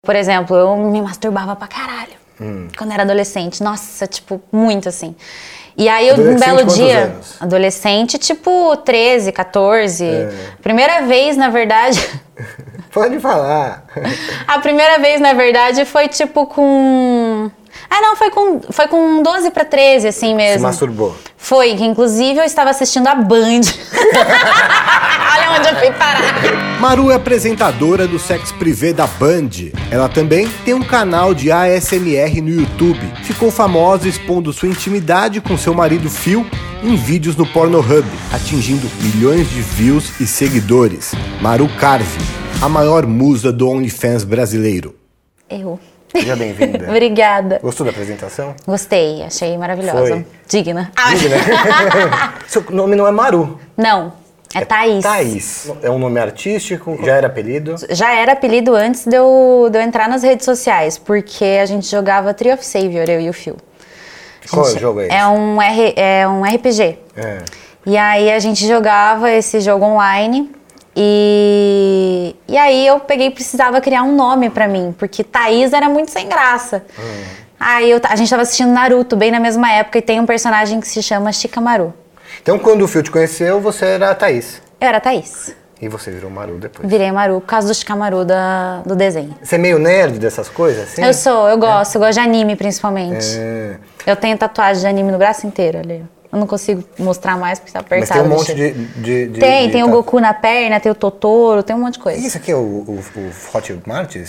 Por exemplo, eu me masturbava pra caralho quando era adolescente. Nossa, tipo, muito assim. E aí, eu, um belo dia... Anos? Adolescente, tipo, 13, 14. Primeira vez, na verdade... Pode falar. A primeira vez, na verdade, foi tipo com... Ah, não, foi com 12 pra 13, assim mesmo. Se masturbou. Foi, que inclusive eu estava assistindo a Band. Olha onde eu fui parar. Maru é apresentadora do Sex Privé da Band. Ela também tem um canal de ASMR no YouTube. Ficou famosa expondo sua intimidade com seu marido Phil em vídeos no Pornhub, atingindo milhões de views e seguidores. Maru Carve, a maior musa do OnlyFans brasileiro. Seja bem-vinda. Obrigada. Gostou da apresentação? Gostei, achei maravilhosa. Foi. Digna. Digna. Seu nome não é Maru. Não, é Thaís. Thaís. É um nome artístico? Já era apelido? Já era apelido antes de eu entrar nas redes sociais, porque a gente jogava Tree of Savior, eu e o Phil. Qual jogo é esse? É um RPG. E aí a gente jogava esse jogo online e aí eu precisava criar um nome pra mim, porque Thaís era muito sem graça. Aí a gente tava assistindo Naruto bem na mesma época e tem um personagem que se chama Shikamaru. Então quando o Phil te conheceu, você era a Thaís. Eu era a Thaís. E você virou Maru depois. Virei Maru por causa do Shikamaru do desenho. Você é meio nerd dessas coisas, assim? Eu gosto de anime principalmente. Eu tenho tatuagem de anime no braço inteiro ali. Eu não consigo mostrar mais porque tá apertado. Mas tem um monte de Tem o Goku na perna, tem o Totoro, tem um monte de coisa. Isso aqui é o Hot Martins?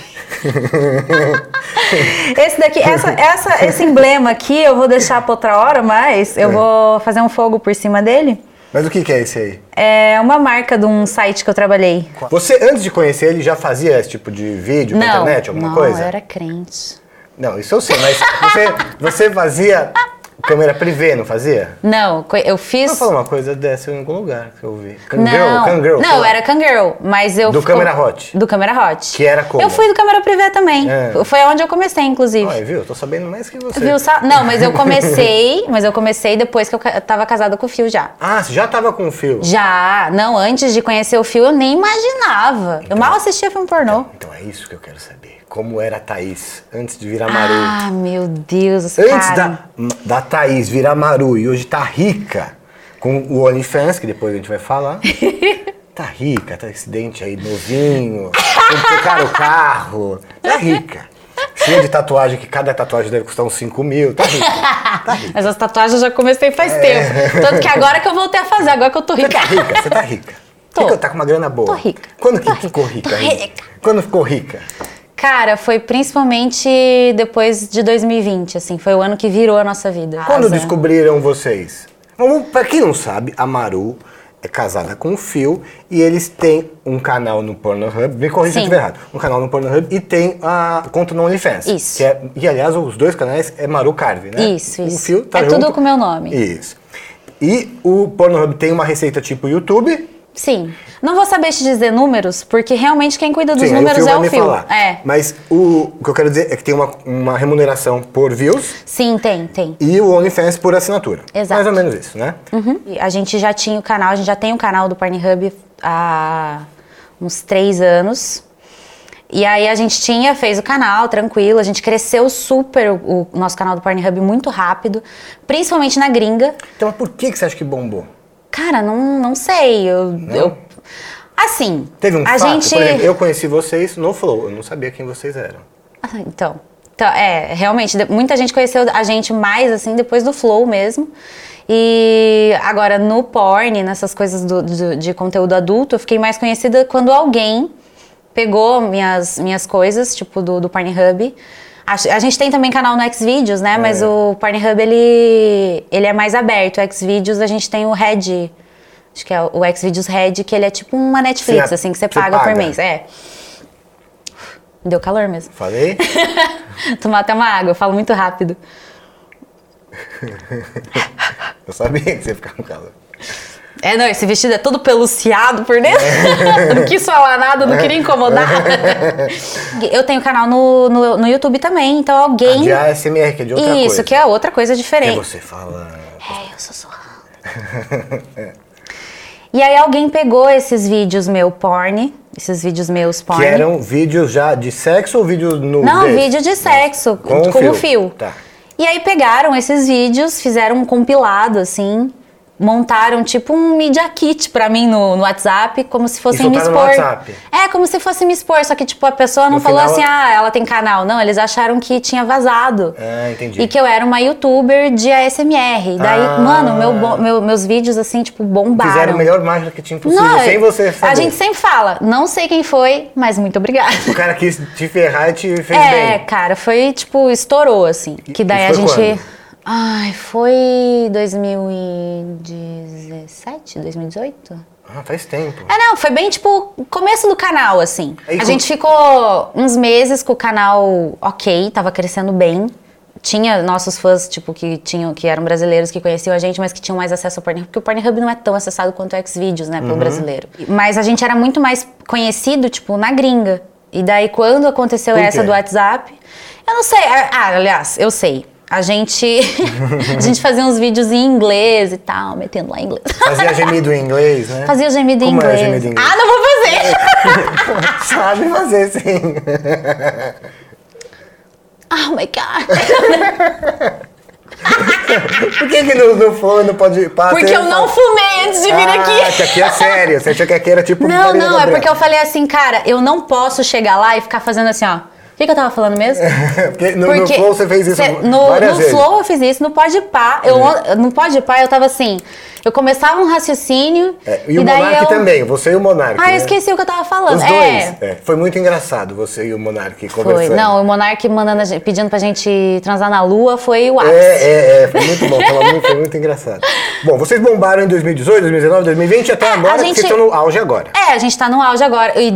Esse daqui, esse emblema aqui eu vou deixar pra outra hora, mas eu vou fazer um fogo por cima dele. Mas o que é esse aí? É uma marca de um site que eu trabalhei. Você, antes de conhecer ele, já fazia esse tipo de vídeo pra internet, alguma coisa? Não, eu era crente. Não, isso eu sei, mas você fazia câmera privê, não fazia? Não, eu fiz... Vou falar uma coisa dessa em algum lugar que eu vi. Cangirl. Não, eu era Cangirl, mas eu... Do Câmera Hot? Do Câmera Hot. Que era como? Eu fui do Câmera Privê também. Foi onde eu comecei, inclusive. Olha, viu? Eu tô sabendo mais que você. Viu? Não, mas eu comecei depois que eu tava casada com o Phil já. Ah, você já tava com o Phil? Já. Não, antes de conhecer o Phil eu nem imaginava. Então, eu mal assistia filme pornô. Então é isso que eu quero saber. Como era a Thaís antes de virar Maru? Ah, meu Deus, antes da Thaís virar Maru e hoje tá rica com o OnlyFans, que depois a gente vai falar. Tá rica, tá esse dente aí novinho, trocaram o carro. Tá rica. Cheia de tatuagem, que cada tatuagem deve custar uns 5 mil. Tá rica. Tá rica. Mas as tatuagens eu já comecei faz tempo. Tanto que agora que eu voltei a fazer, agora que eu tô rica. Você tá rica. Tá com uma grana boa. Tô rica. Quando que ficou rica? Tô rica. Quando ficou rica? Cara, foi principalmente depois de 2020, assim. Foi o ano que virou a noessa vida. Quando descobriram vocês? Pra quem não sabe, a Maru é casada com o Phil e eles têm um canal no Pornhub, me corrija se eu estiver errado, um canal no Pornhub e tem a conta no OnlyFans. Isso. E aliás, os dois canais é Maru Carve, né? Isso. O Phil tá junto. Tudo com o meu nome. Isso. E o Pornhub tem uma receita tipo YouTube. Sim. Não vou saber te dizer números, porque realmente quem cuida dos números é o Phil. Mas o que eu quero dizer é que tem uma remuneração por views. Sim, tem. E o OnlyFans por assinatura. Exato. Mais ou menos isso, né? A gente já tinha o canal, a gente já tem o canal do Pornhub há uns 3 anos. E aí a gente fez o canal tranquilo, a gente cresceu super o nosso canal do Pornhub muito rápido, principalmente na gringa. Então, por que você acha que bombou? Cara, não sei. Assim, teve um fato, por exemplo, eu conheci vocês no Flow, eu não sabia quem vocês eram. Então, realmente, muita gente conheceu a gente mais, assim, depois do Flow mesmo. E agora, no porn, nessas coisas de conteúdo adulto, eu fiquei mais conhecida quando alguém pegou minhas coisas, tipo, do Pornhub. A gente tem também canal no Xvideos, né? Mas o Pornhub, ele é mais aberto. O Xvideos, a gente tem o Red, acho que é o Xvideos Red, que ele é tipo uma Netflix, assim, que você paga por mês. Deu calor mesmo. Falei? Tomar até uma água, eu falo muito rápido. Eu sabia que você ia ficar com calor. Não, esse vestido é todo peluciado por dentro. Não quis falar nada, não queria incomodar. Eu tenho canal no YouTube também, então alguém... De ASMR, que é de outra coisa. Isso, que é outra coisa diferente. Que você fala... Eu sussurrando. E aí alguém pegou esses vídeos meus porn. Que eram vídeos já de sexo ou vídeos nudez? Não, vídeo de sexo, com o fio. Tá. E aí pegaram esses vídeos, fizeram um compilado, assim, montaram tipo um Media Kit pra mim no WhatsApp, como se fossem me expor. No WhatsApp. Como se fosse me expor, só que tipo a pessoa não falou assim, ela tem canal. Não, eles acharam que tinha vazado. Entendi. E que eu era uma youtuber de ASMR. Daí, mano, meus vídeos assim, tipo, bombaram. Fizeram o melhor marketing possível, sem você saber. A gente sempre fala, não sei quem foi, mas muito obrobrigada. O cara quis te ferrar e te fez bem. Cara, foi tipo, estourou assim. Que daí a gente... Quando? Foi 2017, 2018? Faz tempo. Não, foi bem tipo começo do canal, assim. A gente ficou uns meses com o canal tava crescendo bem. Tinha nossos fãs, tipo, que eram brasileiros que conheciam a gente, mas que tinham mais acesso ao Pornhub, porque o Pornhub não é tão acessado quanto o Xvideos, né, pelo brasileiro. Mas a gente era muito mais conhecido, tipo, na gringa. E daí, quando aconteceu essa do WhatsApp, eu não sei. Aliás, eu sei. A gente fazia uns vídeos em inglês e tal, metendo lá em inglês. Fazia gemido em inglês, né? Fazia gemido em inglês. Como é gemido em inglês? Não vou fazer! Sabe fazer, sim. Oh, my God. Por que no Flow não pode... Porque eu não fumei antes de vir aqui. Que aqui é sério. Você achou que aqui era tipo... Não, é porque eu falei assim, cara, eu não posso chegar lá e ficar fazendo assim, ó. O que eu tava falando mesmo? Porque no Flow você fez isso várias vezes. No Flow eu fiz isso, no Podpah. No Podpah eu tava assim... Eu começava um raciocínio... E o Monark também, você e o Monark. Eu esqueci o que eu tava falando. Os dois. Foi muito engraçado você e o Monark conversando. Foi. Não, o Monark pedindo pra gente transar na lua foi o ápice. Foi muito bom. Foi muito engraçado. Bom, vocês bombaram em 2018, 2019, 2020 até agora, vocês estão no auge agora. A gente tá no auge agora. E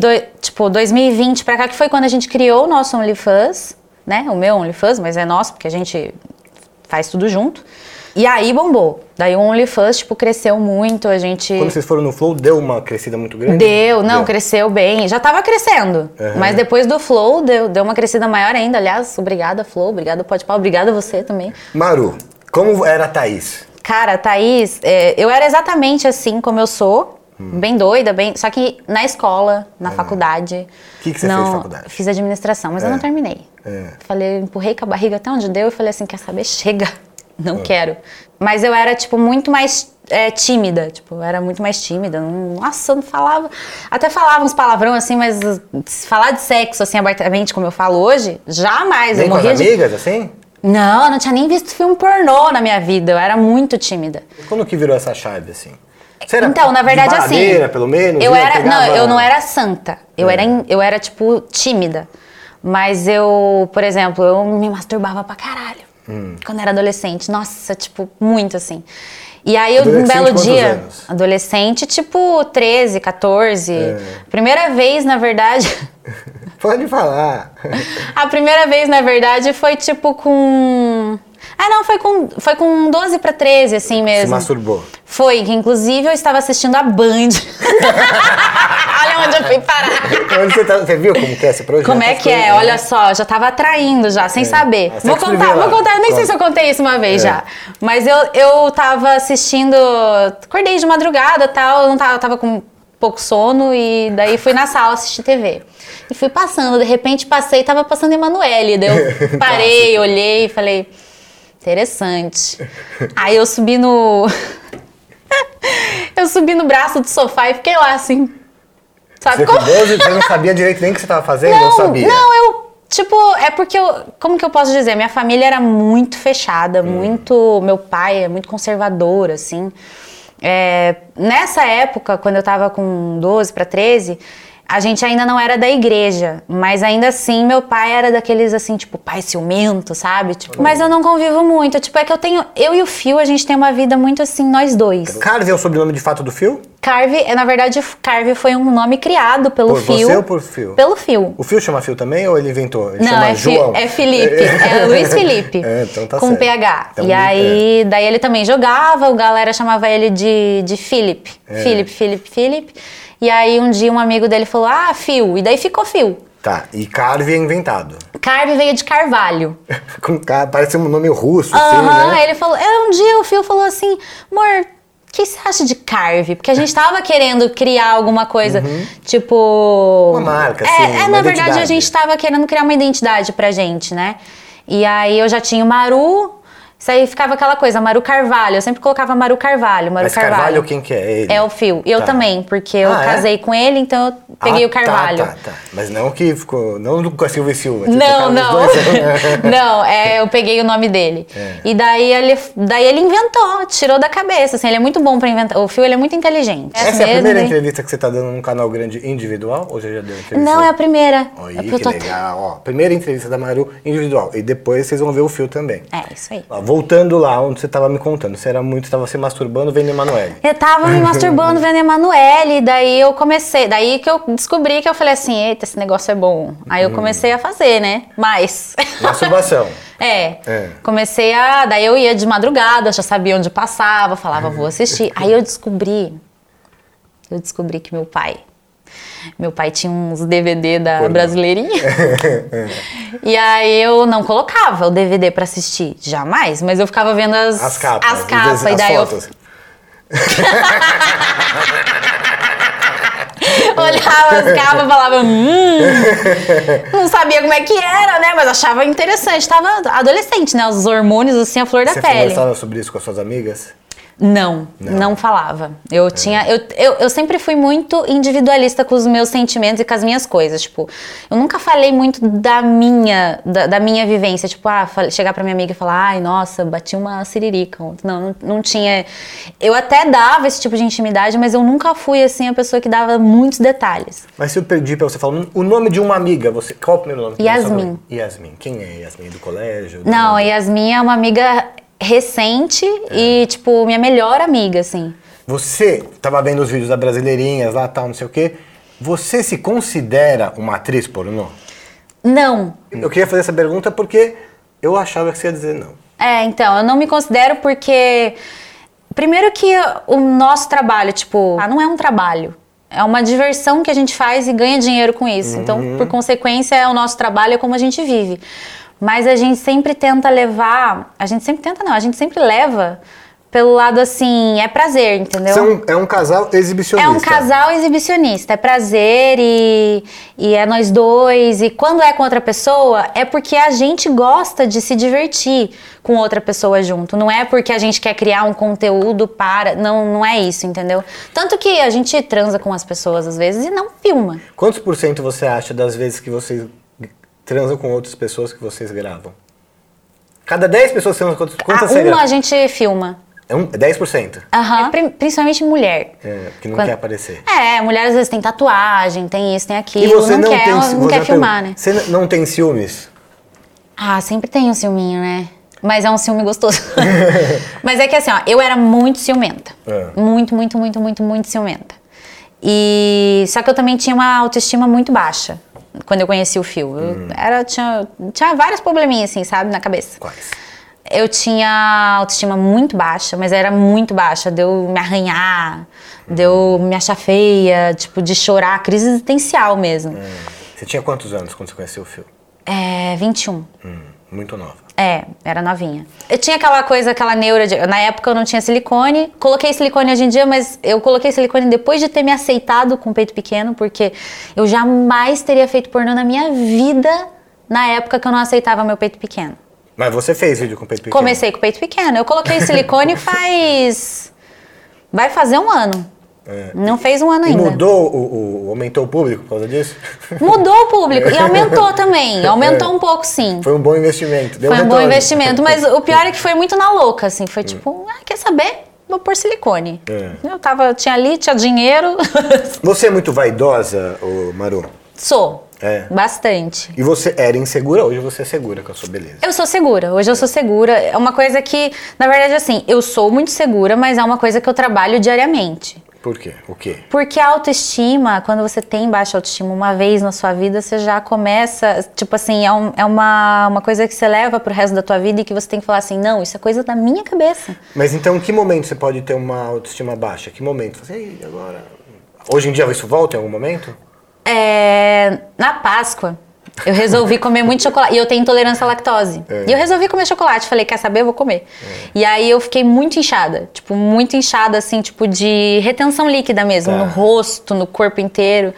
2020 pra cá, que foi quando a gente criou o nosso OnlyFans, né? O meu OnlyFans, mas é nosso, porque a gente faz tudo junto. E aí bombou. Daí o OnlyFans, cresceu muito, a gente... Quando vocês foram no Flow, deu uma crescida muito grande? Deu, cresceu bem. Já tava crescendo, mas depois do Flow, deu uma crescida maior ainda. Aliás, obrigada, Flow, obrigada, Podpah, obrigada a você também. Maru, como era a Thaís? Cara, a Thaís, eu era exatamente assim como eu sou, bem doida, só que na escola, na faculdade... O que você fez na faculdade? Fiz administração, mas eu não terminei. Falei, empurrei com a barriga até onde deu e falei assim, quer saber? Chega. Não quero. Mas eu era, muito mais tímida. Eu era muito mais tímida. Nossa, eu não falava... Até falava uns palavrão, assim, mas falar de sexo, assim, abertamente, como eu falo hoje, jamais. Nem eu morria com as amigas, assim? Não, eu não tinha nem visto filme pornô na minha vida. Eu era muito tímida. Quando que virou essa chave, assim? Você era na verdade, de baladeira, pelo menos? Eu não era santa. Eu era, tímida. Mas eu, por exemplo, eu me masturbava pra caralho. Quando era adolescente. Nossa, muito assim. E aí, um belo dia... Anos? Adolescente, 13, 14. Primeira vez, na verdade... Pode falar. A primeira vez, na verdade, foi com... foi com 12 pra 13, assim mesmo. Se masturbou. Foi, que inclusive eu estava assistindo a Band. Olha onde eu fui parar. Você viu como que é esse projeto? Como é que é? Olha só, já tava atraindo já, sem saber. Vou contar, nem sei se eu contei isso uma vez já. Mas eu tava assistindo, acordei de madrugada e tal, eu tava com pouco sono e daí fui na sala assistir TV. E fui passando, de repente tava passando Emanuele, daí eu parei, olhei e falei, interessante. Aí eu subi no braço do sofá e fiquei lá assim, sabe como? Você não sabia direito nem o que você tava fazendo? Não sabia? Não, é porque como que eu posso dizer? Minha família era muito fechada, meu pai é muito conservador, assim. Nessa época, quando eu tava com 12 para 13, a gente ainda não era da igreja, mas ainda assim meu pai era daqueles assim, pai ciumento, sabe? Mas eu não convivo muito, é que eu e o Fio, a gente tem uma vida muito assim, nós dois. Carve é o sobrenome de fato do Fio? Carve, na verdade, Carve foi um nome criado pelo Fio. Por você ou por Fio? Pelo Fio. O Fio chama Fio também ou ele inventou? Ele não, chama João? É Felipe, é Luiz Felipe. Então tá com certo. PH. Então, e aí, daí ele também jogava, a galera chamava ele de Felipe. Felipe. E aí um dia um amigo dele falou, Fio, e daí ficou Fio. Tá, e Carve é inventado. Carve veio de Carvalho. Parece um nome russo, assim, né? Ele falou, um dia o Fio falou assim, amor, que você acha de Carve? Porque a gente tava querendo criar alguma coisa, tipo... Uma marca, assim, na verdade, a gente tava querendo criar uma identidade pra gente, né? E aí eu já tinha o Maru... Isso aí ficava aquela coisa, Maru Carvalho. Eu sempre colocava Maru Carvalho, Mas Carvalho quem que é? Ele? É o Phil. Eu também, porque eu casei com ele, então eu peguei o Carvalho. Tá. Mas não que ficou... Não com a Silva e Silva. Não. Não, eu peguei o nome dele. E daí ele inventou, tirou da cabeça, assim. Ele é muito bom pra inventar. O Phil, ele é muito inteligente. Essa é a primeira entrevista que você tá dando num canal grande individual? Ou você já deu entrevista? Não, é a primeira. Olha, que legal. Ó, primeira entrevista da Maru individual. E depois vocês vão ver o Phil também. É, isso aí. Ó, voltando lá onde você tava me contando, você tava se masturbando vendo Emanuele. Eu tava me masturbando vendo Emanuele, daí eu comecei, daí que eu descobri que eu falei assim, eita, esse negócio é bom. Aí eu comecei a fazer, né? Mais. Masturbação. Comecei daí eu ia de madrugada, já sabia onde passava, falava, vou assistir. Aí eu descobri que meu pai tinha uns DVD da Brasileirinha. E aí eu não colocava o DVD pra assistir, jamais. Mas eu ficava vendo as capas e daí fotos. Olhava as capas e falava, não sabia como é que era, né? Mas achava interessante. Tava adolescente, né? Os hormônios, assim, a flor da pele. Você conversava sobre isso com as suas amigas? Não falava. Eu sempre fui muito individualista com os meus sentimentos e com as minhas coisas. Tipo, eu nunca falei muito da minha vivência. Tipo, chegar pra minha amiga e falar, ai, nossa, bati uma siririca. Não tinha. Eu até dava esse tipo de intimidade, mas eu nunca fui, assim, a pessoa que dava muitos detalhes. Mas se eu pedir pra você falar o nome de uma amiga, qual é o primeiro nome? Yasmin. Yasmin. Quem é Yasmin? Do colégio? Não, Yasmin é uma amiga recente e, tipo, minha melhor amiga, assim. Você tava vendo os vídeos da Brasileirinhas lá, tal, não sei o quê. Você se considera uma atriz pornô? Não. Eu queria fazer essa pergunta porque eu achava que você ia dizer não. Então, eu não me considero porque... Primeiro que o nosso trabalho, tipo, não é um trabalho. É uma diversão que a gente faz e ganha dinheiro com isso. Então, por consequência, é o nosso trabalho, é como a gente vive. Mas a gente sempre tenta levar... A gente sempre leva pelo lado assim, é prazer, entendeu? É um casal exibicionista. É um casal exibicionista, é prazer e é nós dois. E quando é com outra pessoa, é porque a gente gosta de se divertir com outra pessoa junto. Não é porque a gente quer criar um conteúdo para... Não é isso, entendeu? Tanto que a gente transa com as pessoas às vezes e não filma. Quantos por cento você acha das vezes que vocês transam com outras pessoas que vocês gravam? Cada 10 pessoas transam com outras... Quantas você grava? A gente filma. É 10%? Aham. Principalmente mulher. Que não quer aparecer. Mulher às vezes tem tatuagem, tem isso, tem aquilo. E você não quer filmar, né? Você não tem ciúmes? Sempre tem um ciúminho, né? Mas é um ciúme gostoso. Mas é que assim, eu era muito ciumenta. Muito, muito, muito, muito, muito ciumenta. Só que eu também tinha uma autoestima muito baixa quando eu conheci o Phil. Tinha vários probleminhas, assim, sabe, na cabeça. Quais? Eu tinha autoestima muito baixa, mas era muito baixa. De eu me arranhar, de eu me achar feia, tipo, de chorar, crise existencial mesmo. Você tinha quantos anos quando você conheceu o Phil? 21. Muito nova. Era novinha. Eu tinha aquela neura de... Na época eu não tinha silicone. Coloquei silicone hoje em dia, mas eu coloquei silicone depois de ter me aceitado com peito pequeno, porque eu jamais teria feito pornô na minha vida na época que eu não aceitava meu peito pequeno. Mas você fez vídeo com peito pequeno? Comecei com peito pequeno. Eu coloquei silicone vai fazer um ano. Não fez um ano ainda. E aumentou o público por causa disso? Mudou o público e aumentou também. Aumentou um pouco, sim. Foi um bom investimento. Foi um bom investimento, mas o pior é que foi muito na louca, assim. Foi tipo, quer saber? Vou pôr silicone. Tinha dinheiro. Você é muito vaidosa, Maru? Sou. Bastante. E você era insegura? Hoje você é segura com a sua beleza? Eu sou segura. Hoje eu sou segura. É uma coisa que, na verdade, assim, eu sou muito segura, mas é uma coisa que eu trabalho diariamente. Por quê? O quê? Porque a autoestima, quando você tem baixa autoestima uma vez na sua vida, você já começa, tipo assim, é uma coisa que você leva pro resto da tua vida e que você tem que falar assim, não, isso é coisa da minha cabeça. Mas então, em que momento você pode ter uma autoestima baixa? Que momento? Você, agora... Hoje em dia isso volta em algum momento? Na Páscoa, Eu resolvi comer muito chocolate. E eu tenho intolerância à lactose. E eu resolvi comer chocolate. Falei, quer saber? Eu vou comer. E aí eu fiquei muito inchada. Tipo, muito inchada, assim, tipo, de retenção líquida mesmo. No rosto, no corpo inteiro.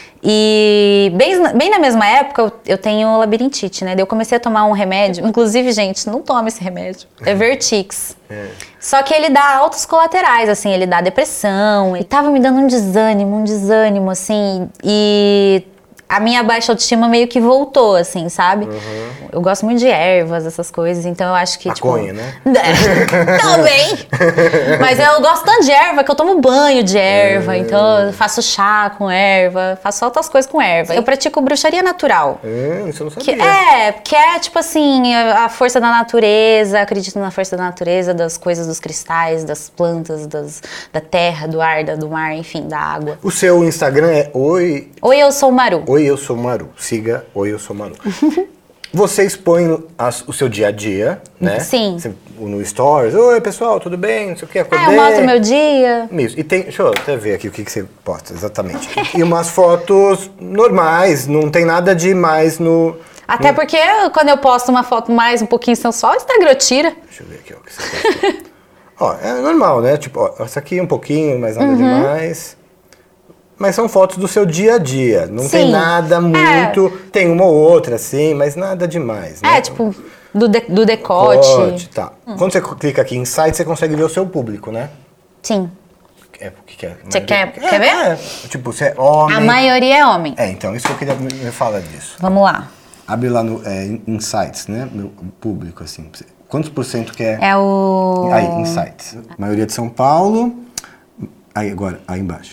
E bem na mesma época eu tenho labirintite, né? Daí eu comecei a tomar um remédio. Inclusive, gente, não toma esse remédio. É Vertix. Só que ele dá altos colaterais, assim, ele dá depressão. E tava me dando um desânimo, assim. E a minha baixa autoestima meio que voltou, assim, sabe? Eu gosto muito de ervas, essas coisas, então eu acho que, maconha, né? Também! Mas eu gosto tanto de erva que eu tomo banho de erva, então eu faço chá com erva, faço outras coisas com erva. Eu pratico bruxaria natural. Isso eu não sabia. Que é tipo assim, a força da natureza, acredito na força da natureza, das coisas dos cristais, das plantas, da terra, do ar, do mar, enfim, da água. O seu Instagram é Oi Eu Sou Maru. Oi, eu sou Maru. Siga Oi, eu sou Maru. Você expõe o seu dia a dia, né? Sim. Você, no Stories. Oi, pessoal, tudo bem? Não sei o que, acordei. Eu mostro meu dia. Isso. E tem, deixa eu até ver aqui o que você posta, exatamente. E umas fotos normais, não tem nada de mais no... Até porque quando eu posto uma foto mais um pouquinho sensual, o Instagram tira. Deixa eu ver aqui, ó, o que você postou. Ó, é normal, né? Tipo, ó, essa aqui um pouquinho, mas nada demais. Mas são fotos do seu dia a dia. Não tem nada muito... Tem uma ou outra, assim, mas nada demais, né? Tipo, do decote. Tá. Quando você clica aqui em site, você consegue ver o seu público, né? Sim. O que é? Você quer ver? Tipo, você é homem... A maioria é homem. Então, isso que eu queria me falar disso. Vamos lá. Abre lá no Insights, né? Meu público, assim. Quantos por cento que é? É o... Aí, Insights. Maioria de São Paulo. Aí, agora, aí embaixo.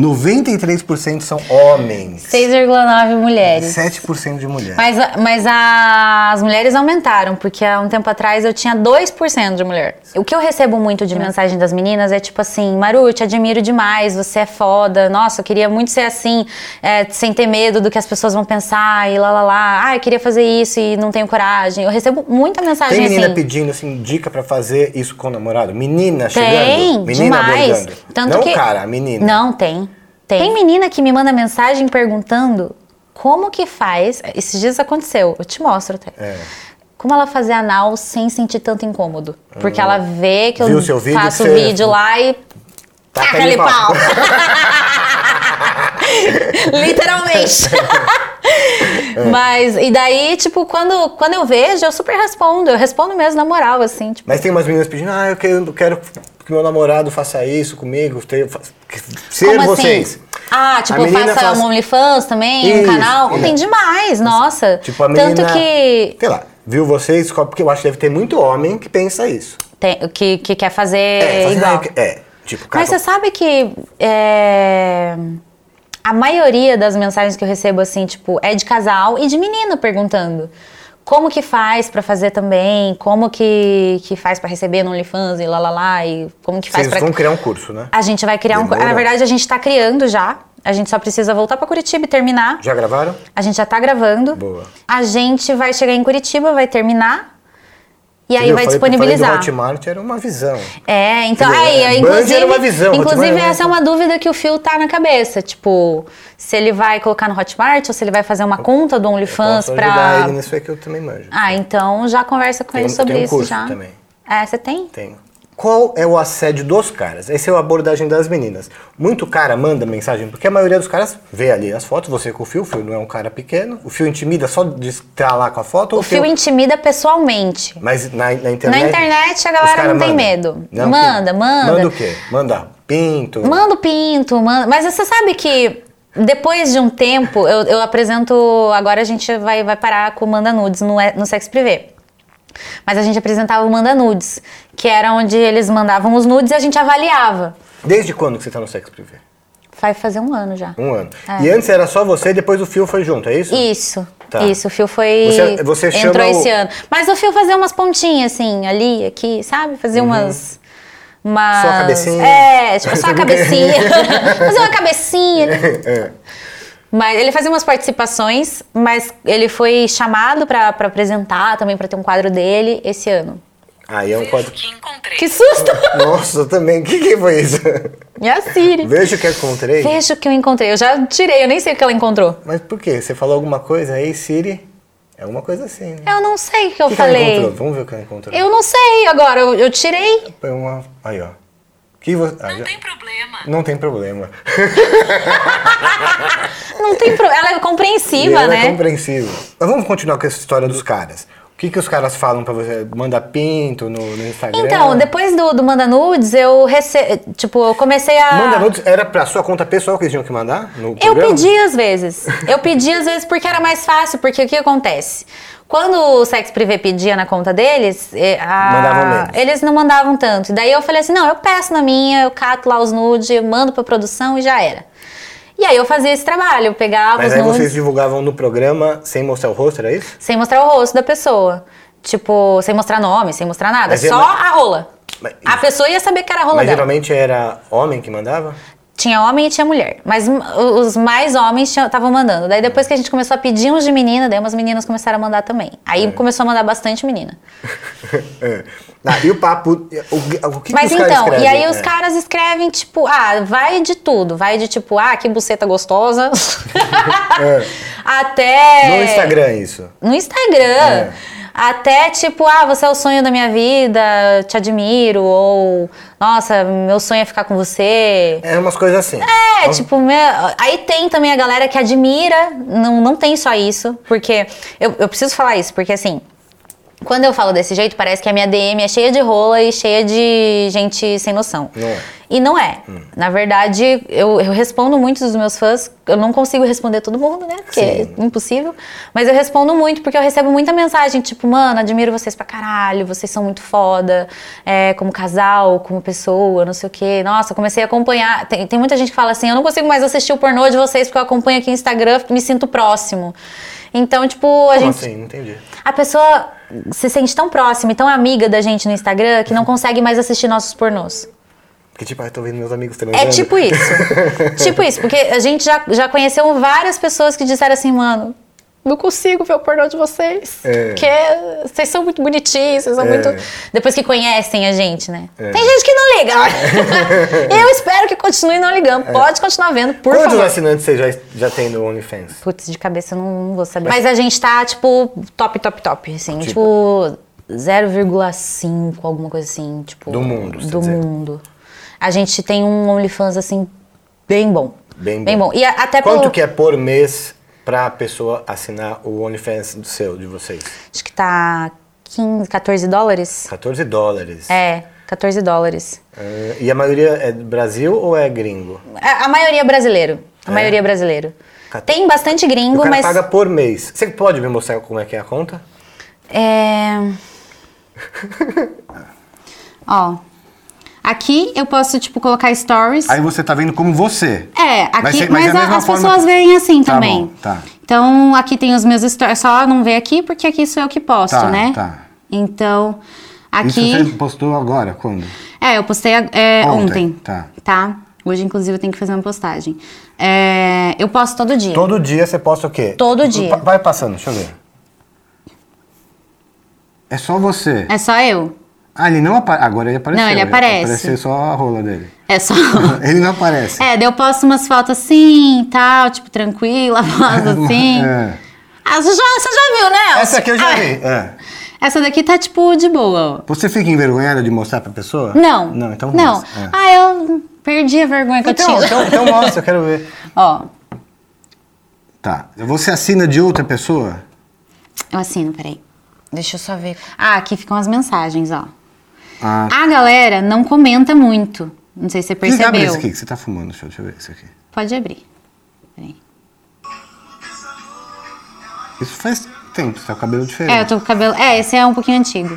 93% são homens. 6,9% mulheres. 7% de mulheres. Mas as mulheres aumentaram, porque há um tempo atrás eu tinha 2% de mulher. O que eu recebo muito de mensagem das meninas é tipo assim, Maru, eu te admiro demais, você é foda, nossa, eu queria muito ser assim, sem ter medo do que as pessoas vão pensar e eu queria fazer isso e não tenho coragem. Eu recebo muita mensagem assim. Tem menina pedindo assim, dica pra fazer isso com o namorado? Menina chegando? Tem, Menina demais. abordando? Tanto não que... cara, a menina. Não, tem. Tem menina que me manda mensagem perguntando como que faz... Esses dias aconteceu, eu te mostro até. Como ela fazer anal sem sentir tanto incômodo. Porque ela vê que eu faço vídeo lá e... Taca aquele pau. Literalmente. Mas, e daí, tipo, quando eu vejo, eu super respondo. Eu respondo mesmo na moral, assim. Tipo. Mas tem umas meninas pedindo, eu quero que meu namorado faça isso comigo. Ser como vocês. Assim? Tipo, faça um OnlyFans também, um canal. Tem demais, nossa. Tipo, a menina, tanto que... Sei lá, viu vocês, porque eu acho que deve ter muito homem que pensa isso. Que quer fazer igual. Tipo, mas você sabe que a maioria das mensagens que eu recebo, assim, tipo, é de casal e de menina perguntando como que faz pra fazer também, como que faz pra receber no OnlyFans e e como que faz pra... Vocês vão criar um curso, né? A gente vai criar um curso. Na verdade, a gente tá criando já. A gente só precisa voltar pra Curitiba e terminar. Já gravaram? A gente já tá gravando. Boa. A gente vai chegar em Curitiba, vai terminar. E aí vai disponibilizar. O Hotmart era uma visão. Então, inclusive, era uma visão. Inclusive, essa é uma dúvida que o Phil tá na cabeça. Tipo, se ele vai colocar no Hotmart ou se ele vai fazer uma conta do OnlyFans pra... Eu posso ajudar ele nisso aí que eu também manjo. Então já conversa com ele sobre isso curso já. Também. Você tem? Tenho. Qual é o assédio dos caras? Essa é a abordagem das meninas. Muito cara manda mensagem, porque a maioria dos caras vê ali as fotos, você com o Phil não é um cara pequeno. O Phil intimida só de estar lá com a foto? O Phil intimida pessoalmente. Mas na internet? Na internet a galera não tem medo. Não, manda. Manda o quê? Manda pinto? Manda o pinto, manda... Mas você sabe que depois de um tempo, eu apresento... Agora a gente vai parar com o Manda Nudes no Sex Privé. Mas a gente apresentava o Manda Nudes, que era onde eles mandavam os nudes e a gente avaliava. Desde quando que você tá no Sex Privé? Vai fazer 1 ano já. 1 ano. E antes era só você e depois o Phil foi junto, é isso? Isso. Tá. Isso, o Phil foi... Você entrou esse ano. Mas o Phil fazia umas pontinhas assim, ali, aqui, sabe? Fazia umas... Só a cabecinha? Tipo, só a cabecinha. Fazer uma cabecinha. Mas ele fazia umas participações, mas ele foi chamado pra apresentar também, pra ter um quadro dele esse ano. Aí é um quadro... Que susto! Nossa, eu também. O que foi isso? Minha Siri. Veja o que eu encontrei. Veja o que eu encontrei. Eu já tirei, eu nem sei o que ela encontrou. Mas por quê? Você falou alguma coisa aí, Siri? É alguma coisa assim, né? Eu não sei o que eu que falei. Que ela encontrou? Vamos ver o que ela encontrou. Eu não sei agora, eu tirei. Aí, ó. Que você... Não tem problema. Não tem problema. Não tem problema. Ela é compreensiva, ela né? é compreensiva. Mas vamos continuar com essa história dos caras. O que os caras falam pra você? Manda pinto no Instagram? Então, depois do Manda Nudes, eu comecei a... Manda Nudes era pra sua conta pessoal que eles tinham que mandar no Eu programa? pedi às vezes. Porque era mais fácil, porque o que acontece? Quando o Sex Privé pedia na conta deles, Mandavam menos. eles não mandavam tanto. E daí eu falei assim, não, eu peço na minha, eu cato lá os nudes, eu mando pra produção e já era. E aí eu fazia esse trabalho, eu pegava Mas os aí nudes... vocês divulgavam no programa sem mostrar o rosto, era isso? Sem mostrar o rosto da pessoa. Tipo, sem mostrar nome, sem mostrar nada. Mas só a rola. A pessoa ia saber que era a rola Mas dela. geralmente era homem que mandava? Tinha homem e tinha mulher. Mas os mais homens estavam mandando. Daí depois que a gente começou a pedir uns de menina, daí umas meninas começaram a mandar também. Aí começou a mandar bastante menina. E o papo... O que Mas os caras então, escrevem? e aí os caras escrevem tipo, vai de tudo. Vai de tipo, que buceta gostosa. Até... No Instagram isso? No Instagram. Até tipo, você é o sonho da minha vida, te admiro, ou nossa, meu sonho é ficar com você. É umas coisas assim. Aí tem também a galera que admira, não tem só isso, porque eu preciso falar isso, porque assim, quando eu falo desse jeito, parece que a minha DM é cheia de rola e cheia de gente sem noção. Não é. E não é. Na verdade, eu respondo muitos dos meus fãs. Eu não consigo responder todo mundo, né? Porque é impossível. Mas eu respondo muito, porque eu recebo muita mensagem, tipo, mano, admiro vocês pra caralho, vocês são muito foda, como casal, como pessoa, não sei o quê. Nossa, eu comecei a acompanhar. Tem muita gente que fala assim, eu não consigo mais assistir o pornô de vocês, porque eu acompanho aqui no Instagram, me sinto próximo. Então, tipo, Como assim? Não entendi. A pessoa se sente tão próxima e tão amiga da gente no Instagram que não consegue mais assistir nossos pornôs. Porque tipo, eu tô vendo meus amigos transando. É tipo isso. Tipo isso, porque a gente já conheceu várias pessoas que disseram assim, mano, não consigo ver o pornô de vocês. Porque vocês são muito bonitinhos, vocês são muito... Depois que conhecem a gente, né? Tem gente que não liga. Eu espero que continue não ligando. Pode continuar vendo, por favor. Quantos assinantes você já tem no OnlyFans? Putz, de cabeça eu não vou saber. Mas a gente tá, tipo, top, assim. Tipo 0,5, alguma coisa assim. Tipo, do mundo, do mundo. A gente tem um OnlyFans, assim, bem bom. Bem bom. E até quanto que é por mês pra pessoa assinar o OnlyFans de vocês? Acho que tá 14 dólares. 14 dólares. É, 14 dólares. E a maioria é do Brasil ou é gringo? A maioria é brasileiro. A maioria é brasileiro. Tem bastante gringo, o cara mas... paga por mês. Você pode me mostrar como é que é a conta? Ó... Aqui eu posso, tipo, colocar stories. Aí você tá vendo como você. Aqui, mas as pessoas veem assim também. Bom, tá. Então, aqui tem os meus stories. Só não vê aqui, porque aqui sou eu que posto, né? Tá. Então, aqui... Isso você postou agora? Quando? Eu postei ontem. Tá. Hoje, inclusive, eu tenho que fazer uma postagem. Eu posto todo dia. Todo dia você posta o quê? Todo dia. Vai passando, deixa eu ver. É só você? É só eu. Ele não aparece. Agora ele apareceu. Não, ele aparece. Apareceu só a rola dele. É só. Ele não aparece. Daí eu posto umas fotos assim, tal, tipo, tranquila, foto assim. Você já viu, né? Essa aqui eu já vi. Essa daqui tá, tipo, de boa, ó. Você fica envergonhada de mostrar pra pessoa? Não. Não, então não. mostra. Eu perdi a vergonha que eu tinha. Então mostra, eu quero ver. Ó. Tá. Você assina de outra pessoa? Eu assino, peraí. Deixa eu só ver. Aqui ficam as mensagens, ó. Ah. A galera não comenta muito. Não sei se você percebeu. Abre esse aqui que você tá fumando. Deixa eu ver isso aqui. Pode abrir. Peraí. Isso faz tempo, você tá com o cabelo diferente. Eu tô com o cabelo... esse é um pouquinho antigo.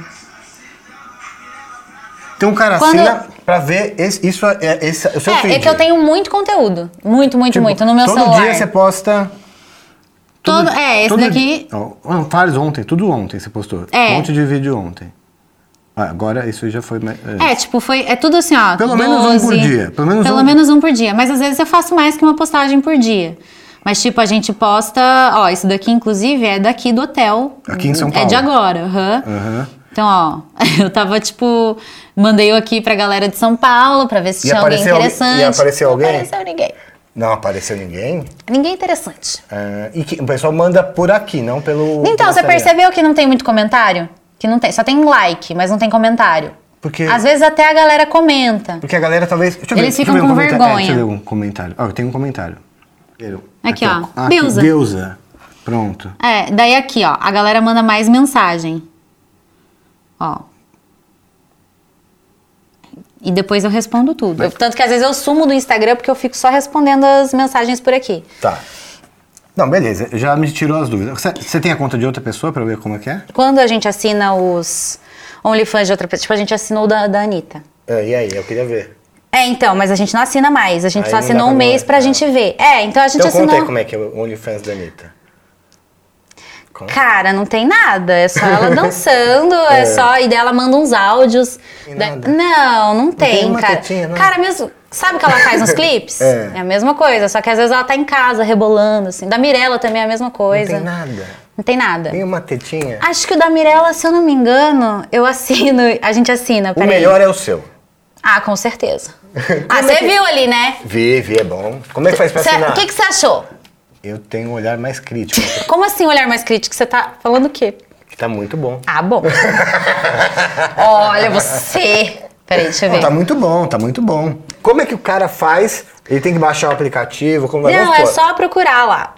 Tem um cara assina pra ver isso é o seu feed. É que eu tenho muito conteúdo. Muito no meu celular. Todo dia você posta... esse daqui... Vários ontem, tudo ontem você postou. Um monte de vídeo ontem. Agora isso já foi... É tudo assim, ó. Pelo menos um por dia. Pelo menos um por dia. Mas às vezes eu faço mais que uma postagem por dia. Mas tipo, a gente posta... isso daqui inclusive é daqui do hotel. Aqui em São Paulo. É de agora, Então, ó, eu tava, tipo, mandei eu aqui pra galera de São Paulo pra ver se tinha alguém interessante. E apareceu alguém? Não apareceu ninguém. Não apareceu ninguém? Ninguém interessante. O pessoal manda por aqui, não pelo... Então, você percebeu que não tem muito comentário? Que não tem, só tem like, mas não tem comentário. Porque... Às vezes até a galera comenta. Porque a galera talvez... Eles ficam com vergonha. Deixa eu ver um comentário. Ó, tem um comentário. Aqui, ó. Beusa. Beusa. Pronto. Daí aqui, ó. A galera manda mais mensagem. Ó. E depois eu respondo tudo. Tanto que às vezes eu sumo do Instagram porque eu fico só respondendo as mensagens por aqui. Tá. Não, beleza. Já me tirou as dúvidas. Você tem a conta de outra pessoa pra ver como é que é? Quando a gente assina os OnlyFans de outra pessoa, tipo, a gente assinou o da Anitta. E aí? Eu queria ver. Então, mas a gente não assina mais. A gente Aí só não assinou dá um pra mês pra gente ver. Então a gente Então assinou... conta aí como é que é o OnlyFans da Anitta. Cara, não tem nada. É só ela dançando, E daí ela manda uns áudios. Tem nada. Não tem, uma cara. tetinha, não? Cara, mesmo... Sabe o que ela faz nos clipes? É a mesma coisa, só que às vezes ela tá em casa, rebolando, assim. Da Mirella também é a mesma coisa. Não tem nada. Não tem nada. Tem uma tetinha. Acho que o da Mirella, se eu não me engano, eu assino... A gente assina, O melhor é o seu. Com certeza. Você viu ali, né? Vi, é bom. Como é que faz pra assinar? O que você achou? Eu tenho um olhar mais crítico. Como assim olhar mais crítico? Você tá falando o quê? Que tá muito bom. Bom. Olha você. Peraí, deixa eu ver. Tá muito bom. Como é que o cara faz? Ele tem que baixar o aplicativo? Como Não, é só procurar lá.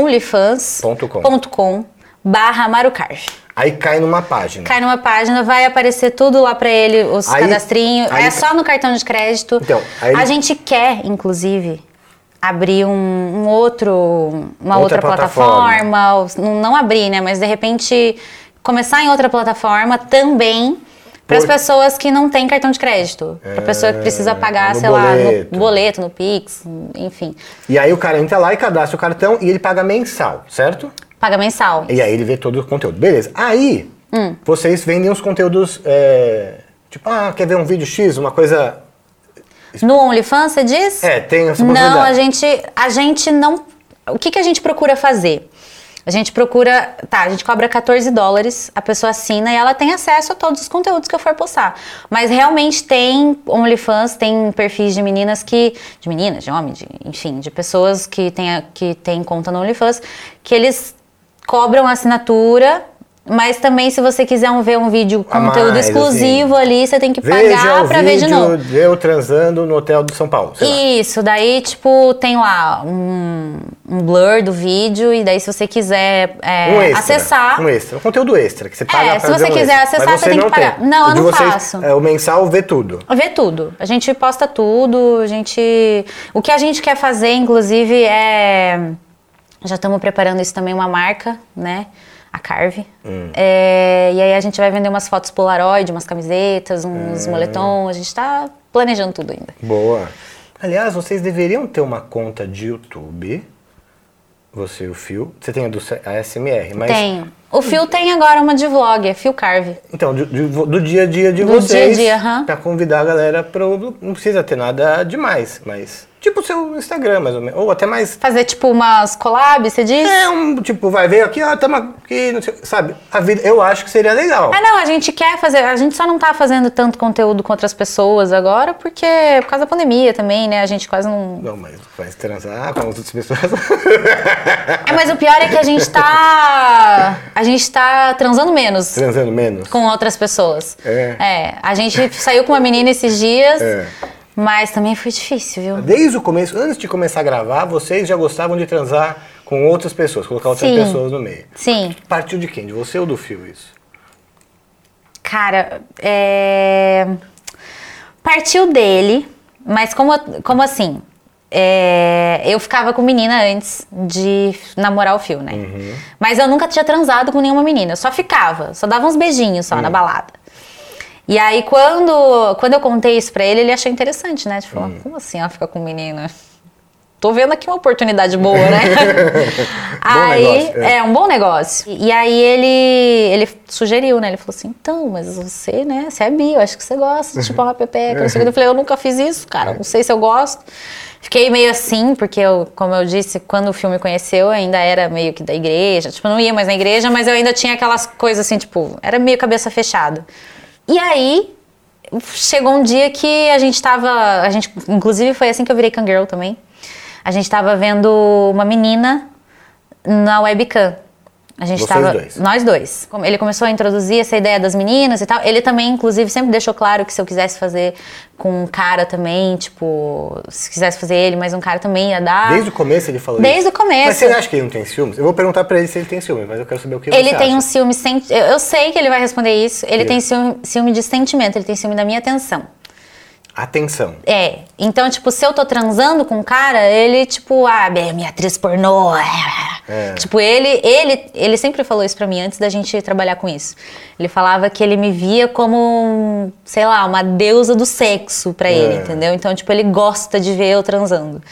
onlyfans.com/marucarve. Aí cai numa página. Vai aparecer tudo lá pra ele, os cadastrinhos. É só no cartão de crédito. Então, a gente quer, inclusive, abrir uma outra plataforma. Não abrir, né? Mas de repente começar em outra plataforma também para as pessoas que não têm cartão de crédito. Para pessoa que precisa pagar, sei lá, no boleto, no Pix, enfim. E aí o cara entra lá e cadastra o cartão e ele paga mensal, certo? Paga mensal. E aí ele vê todo o conteúdo. Beleza. Aí, vocês vendem os conteúdos, tipo, quer ver um vídeo X, uma coisa... No OnlyFans, você diz? Tem essa possibilidade. Não, a gente não... O que a gente procura fazer? A gente procura... a gente cobra $14, a pessoa assina e ela tem acesso a todos os conteúdos que eu for postar. Mas realmente tem OnlyFans, tem perfis de meninas de homem, enfim, de pessoas que têm conta no OnlyFans, que eles cobram assinatura, mas também se você quiser ver um vídeo, conteúdo exclusivo assim, ali, você tem que pagar pra ver de novo. Eu transando no hotel de São Paulo. Isso, daí tipo tem lá um blur do vídeo e daí se você quiser acessar... Um conteúdo extra, que você paga pra se você quiser acessar, você tem que pagar. Não, eu não faço. O mensal vê tudo. Vê tudo. A gente posta tudo, o que a gente quer fazer, inclusive, já estamos preparando isso também, uma marca, né? A Carve. E aí a gente vai vender umas fotos Polaroid, umas camisetas, uns moletons. A gente tá planejando tudo ainda. Boa. Aliás, vocês deveriam ter uma conta de YouTube. Você e o Phil. Você tem a do ASMR, mas... Tenho. O Phil tem agora uma de vlog, é Phil Carve. Então, do dia a dia de vocês. Do dia a dia, Pra convidar a galera pro... Não precisa ter nada demais, mas... Tipo o seu Instagram, mais ou menos. Ou até mais... Fazer, tipo, umas collabs, você diz? Tipo, vai ver aqui, tamo aqui, não sei, sabe? A vida, eu acho que seria legal. Não, a gente quer fazer... A gente só não tá fazendo tanto conteúdo com outras pessoas agora, porque... Por causa da pandemia também, né? A gente quase não... Não, mas vai transar com as outras pessoas. Mas o pior é que a gente tá... A gente tá transando menos. Transando menos? Com outras pessoas. A gente saiu com uma menina esses dias... Mas também foi difícil, viu? Desde o começo, antes de começar a gravar, vocês já gostavam de transar com outras pessoas, colocar outras pessoas no meio. Sim. Partiu de quem? De você ou do Phil isso? Cara, partiu dele, mas como assim? Eu ficava com menina antes de namorar o Phil, né? Mas eu nunca tinha transado com nenhuma menina, eu só ficava, só dava uns beijinhos só na balada. E aí, quando eu contei isso pra ele achou interessante, né? Tipo, como assim ela fica com menina? Tô vendo aqui uma oportunidade boa, né? Um bom negócio. E aí ele sugeriu, né? Ele falou assim, então, mas você, né? Você é bi, eu acho que você gosta de chupar uma pepeca. Eu falei, eu nunca fiz isso, cara, não sei se eu gosto. Fiquei meio assim, porque como eu disse, quando o filme conheceu, eu ainda era meio que da igreja. Tipo, eu não ia mais na igreja, mas eu ainda tinha aquelas coisas assim, tipo, era meio cabeça fechada. E aí, chegou um dia que inclusive foi assim que eu virei Kangirl também. A gente tava vendo uma menina na webcam. Nós dois. Ele começou a introduzir essa ideia das meninas e tal. Ele também, inclusive, sempre deixou claro que se eu quisesse fazer com um cara também, tipo, se quisesse fazer ele, mas um cara também ia dar. Desde o começo ele falou Desde isso? o começo. Mas você acha que ele não tem ciúmes? Eu vou perguntar pra ele se ele tem ciúmes, mas eu quero saber o que você acha. Ele tem um ciúme eu sei que ele vai responder isso. Ele tem ciúme de sentimento, ele tem ciúme da minha atenção. Atenção. É. Então, tipo, se eu tô transando com um cara, ele, tipo, minha atriz pornô. Tipo, ele sempre falou isso pra mim antes da gente trabalhar com isso. Ele falava que ele me via como, sei lá, uma deusa do sexo pra ele, entendeu? Então, tipo, ele gosta de ver eu transando.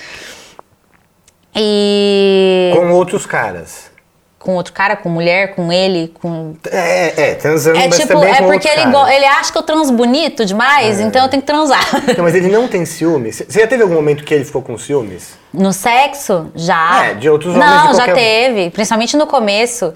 E... Com outros caras. Com outro cara, com mulher, com ele, com... transando, mas tipo, também com porque ele acha que eu transo bonito demais, então eu tenho que transar. Não, mas ele não tem ciúmes? Você já teve algum momento que ele ficou com ciúmes? No sexo? Já. De outros homens não, de qualquer... já teve. Principalmente no começo.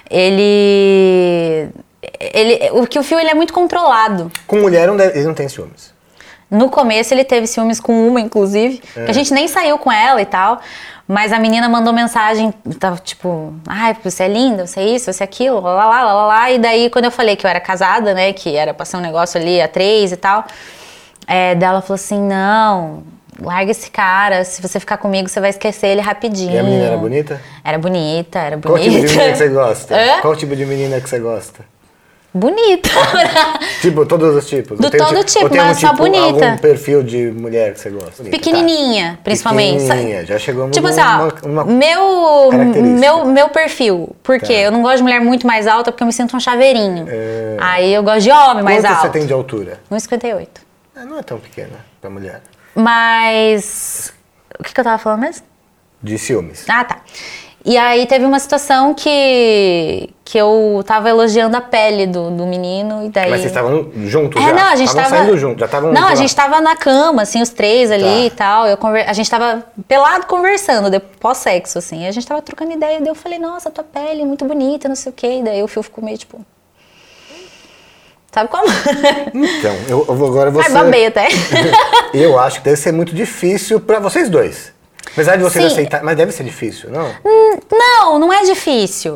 O Phil, ele é muito controlado. Com mulher, ele não tem ciúmes? No começo, ele teve ciúmes com uma, inclusive. Que a gente nem saiu com ela e tal. Mas a menina mandou mensagem, tava tipo, você é linda, você é isso, você é aquilo, lá. E daí, quando eu falei que eu era casada, né, que era pra ser um negócio ali a 3 e tal, dela falou assim, não, larga esse cara, se você ficar comigo, você vai esquecer ele rapidinho. E a menina era bonita? Era bonita. Qual tipo de menina que você gosta? Qual tipo de menina que você gosta? Bonita. Tipo, todos os tipos? Todo tipo, mas só bonita. Algum perfil de mulher que você gosta? Pequenininha, principalmente. Pequenininha, já chegamos tipo assim, uma meu perfil. Por quê? Eu não gosto de mulher muito mais alta porque eu me sinto um chaveirinho. Aí eu gosto de homem mais alto. Quanto você tem de altura? 1,58. Não é tão pequena pra mulher. Mas... O que eu tava falando mesmo? De ciúmes. Tá. E aí teve uma situação que eu tava elogiando a pele do menino e daí... Mas vocês estavam juntos já? Não, a gente tava saindo juntos, já estavam... Não, a gente tava na cama, assim, os três ali e tal. A gente tava pelado conversando, pós-sexo, assim. E a gente tava trocando ideia, daí eu falei, nossa, tua pele é muito bonita, não sei o quê. E daí o Phil ficou meio, tipo... Sabe como? Então, agora você... babei até. Eu acho que deve ser muito difícil pra vocês dois. Apesar de vocês aceitarem, mas deve ser difícil, não? Não é difícil.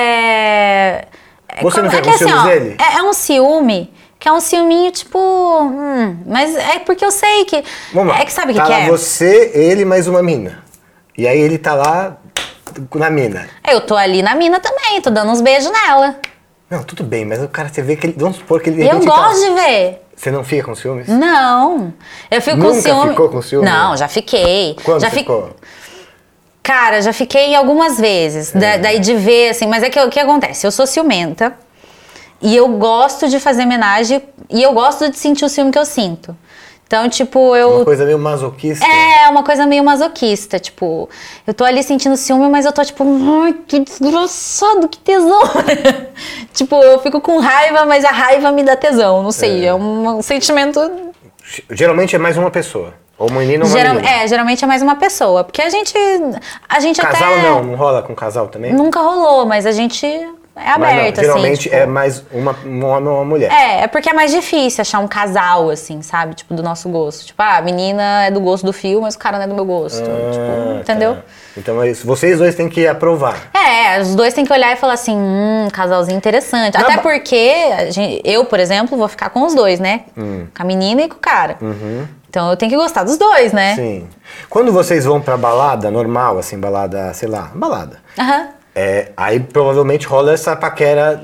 Você não tem ciúmes dele? É um ciúme, que é um ciúminho tipo... mas é porque eu sei que... Vamos lá. É que sabe o tá que lá é? Você, ele mais uma mina. E aí ele tá lá na mina. Eu tô ali na mina também, tô dando uns beijos nela. Não, tudo bem, mas o cara, você vê que ele... Vamos supor que ele... Eu gosto de ver. Você não fica com ciúmes? Não. Eu fico com ciúme. Nunca ficou com ciúme? Não, já fiquei. Quando ficou? Cara, já fiquei algumas vezes. Daí de ver, assim, mas o que acontece? Eu sou ciumenta e eu gosto de fazer homenagem e eu gosto de sentir o ciúme que eu sinto. Então, tipo, Uma coisa meio masoquista. Uma coisa meio masoquista. Tipo, eu tô ali sentindo ciúme, mas eu tô tipo, ai, que desgraçado, que tesão. Tipo, eu fico com raiva, mas a raiva me dá tesão. Não sei, é um sentimento... Geralmente é mais uma pessoa. Ou menino ou menina. Geralmente é mais uma pessoa. Porque a gente casal até... não rola com casal também? Nunca rolou, mas a gente... É aberto, não, geralmente assim, tipo, é mais um homem ou uma mulher. É porque é mais difícil achar um casal, assim, sabe? Tipo, do nosso gosto. Tipo, a menina é do gosto do Phil, mas o cara não é do meu gosto. Tipo, entendeu? Tá. Então é isso. Vocês dois têm que aprovar. Os dois têm que olhar e falar assim, casalzinho interessante. Até porque eu, por exemplo, vou ficar com os dois, né? Com a menina e com o cara. Então eu tenho que gostar dos dois, né? Sim. Quando vocês vão pra balada normal, assim, balada, sei lá, balada. Aí provavelmente rola essa paquera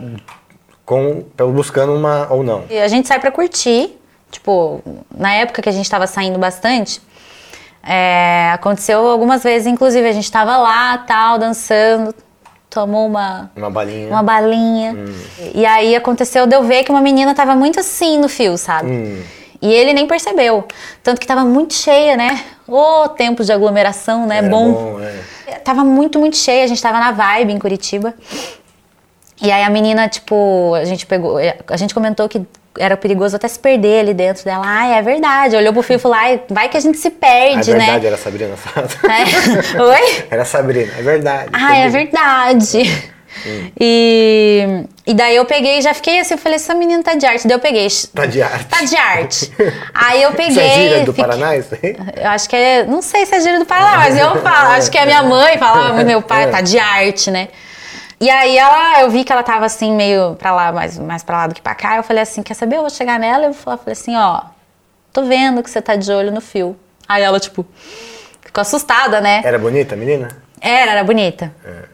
buscando uma ou não. E a gente sai pra curtir. Tipo, na época que a gente tava saindo bastante, aconteceu algumas vezes, inclusive, a gente tava lá, tal, dançando, tomou uma balinha. E aí aconteceu de eu ver que uma menina tava muito assim no Phil, sabe? E ele nem percebeu. Tanto que tava muito cheia, né? Tempos de aglomeração, né? Bom. Tava muito, muito cheia. A gente tava na Vibe, em Curitiba. E aí a menina, tipo, a gente comentou que era perigoso até se perder ali dentro dela. Ai, é verdade. Olhou pro Fio e falou, ai, vai que a gente se perde, né? É verdade, era a Sabrina. Oi? Era a Sabrina, é verdade. Ai, é verdade. E daí eu peguei e já fiquei assim, eu falei, essa menina tá de arte. Daí eu peguei. Tá de arte. Tá de arte. Aí eu peguei. Isso é gíria do Paraná, isso aí? Eu acho que é. Não sei se é gíria do Paraná, mas eu falo. Acho que a minha mãe falava pro meu pai, tá de arte, né? E aí eu vi que ela tava assim, meio pra lá, mais pra lá do que pra cá. Eu falei assim, quer saber? Eu vou chegar nela e falei assim, ó, tô vendo que você tá de olho no Fio. Aí ela, tipo, ficou assustada, né? Era bonita a menina? Era bonita.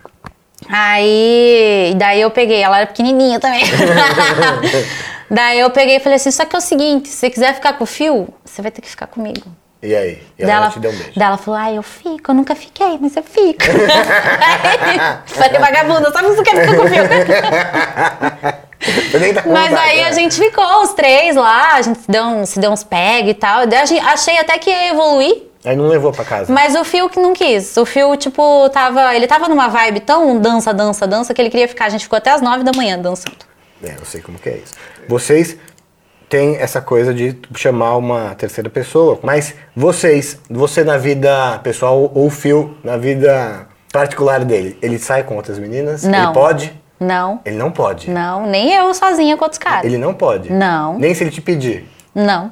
Aí, daí eu peguei, ela era pequenininha também. Daí eu peguei e falei assim, só que é o seguinte, se você quiser ficar com o Fio, você vai ter que ficar comigo. E aí? E ela te deu um beijo? Daí ela falou, eu fico, eu nunca fiquei, mas eu fico. Falei, vagabunda, sabe que você quer ficar com o Fio? Mas aí a gente ficou, os três lá, a gente se deu uns peg e tal. Daí achei até que ia evoluir. Aí não levou pra casa? Mas o Fio que não quis. O Fio, tipo, ele tava numa vibe tão dança que ele queria ficar. A gente ficou até as 9 da manhã dançando. Eu sei como que é isso. Vocês têm essa coisa de chamar uma terceira pessoa, mas você na vida pessoal ou o Fio na vida particular dele, ele sai com outras meninas? Não. Ele pode? Não. Ele não pode? Não, nem eu sozinha com outros caras. Ele não pode? Não. Nem se ele te pedir? Não.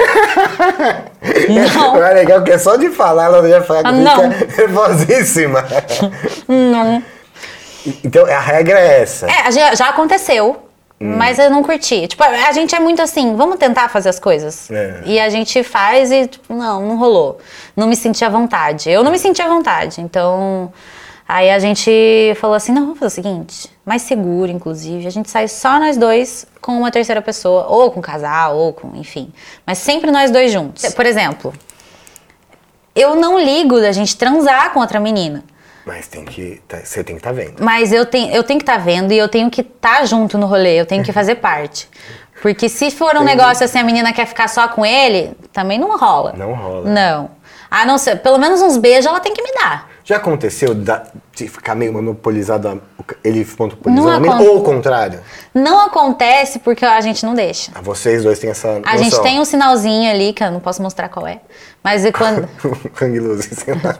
Não. É legal que é só de falar, ela já fica nervosíssima. Não. Então a regra é essa. Já aconteceu, mas eu não curti. Tipo, a gente é muito assim, vamos tentar fazer as coisas. E a gente faz e, tipo, não rolou. Não me senti à vontade. Eu não me senti à vontade, então... Aí a gente falou assim, não, vamos fazer o seguinte, mais seguro, inclusive, a gente sai só nós dois com uma terceira pessoa, ou com um casal, ou com, enfim, mas sempre nós dois juntos. Por exemplo, eu não ligo da gente transar com outra menina. Mas você tem que estar vendo. Mas eu tenho que estar vendo e eu tenho que estar junto no rolê, eu tenho que fazer parte. Porque se for um negócio assim, a menina quer ficar só com ele, também não rola. Não rola. Não. A não ser, pelo menos uns beijos ela tem que me dar. Já aconteceu de ficar meio monopolizado, ele monopolizando a menina, ou o contrário? Não acontece porque a gente não deixa. Vocês dois têm essa noção. A gente tem um sinalzinho ali, que eu não posso mostrar qual é. Mas e quando... Hang loose, sei lá.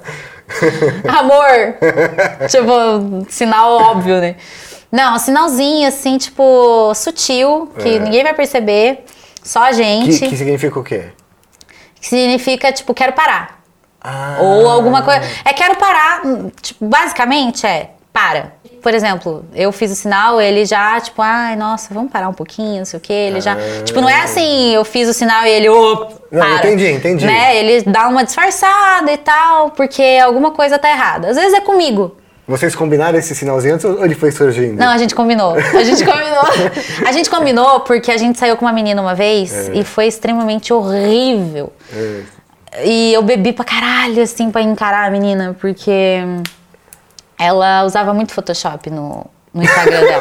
Amor! Tipo, sinal óbvio, né? Não, sinalzinho assim, tipo, sutil, que ninguém vai perceber, só a gente. Que significa o quê? Que significa, tipo, quero parar. Ou alguma coisa. Quero parar, tipo, basicamente para. Por exemplo, eu fiz o sinal, ele já, tipo, ai, nossa, vamos parar um pouquinho, não sei o quê. Ele já. Tipo, não é assim, eu fiz o sinal e ele, para. Não, entendi. Né? Ele dá uma disfarçada e tal, porque alguma coisa tá errada. Às vezes é comigo. Vocês combinaram esse sinalzinho antes ou ele foi surgindo? Não, a gente combinou. A gente combinou porque a gente saiu com uma menina uma vez e foi extremamente horrível. E eu bebi pra caralho, assim, pra encarar a menina, porque ela usava muito Photoshop no Instagram dela.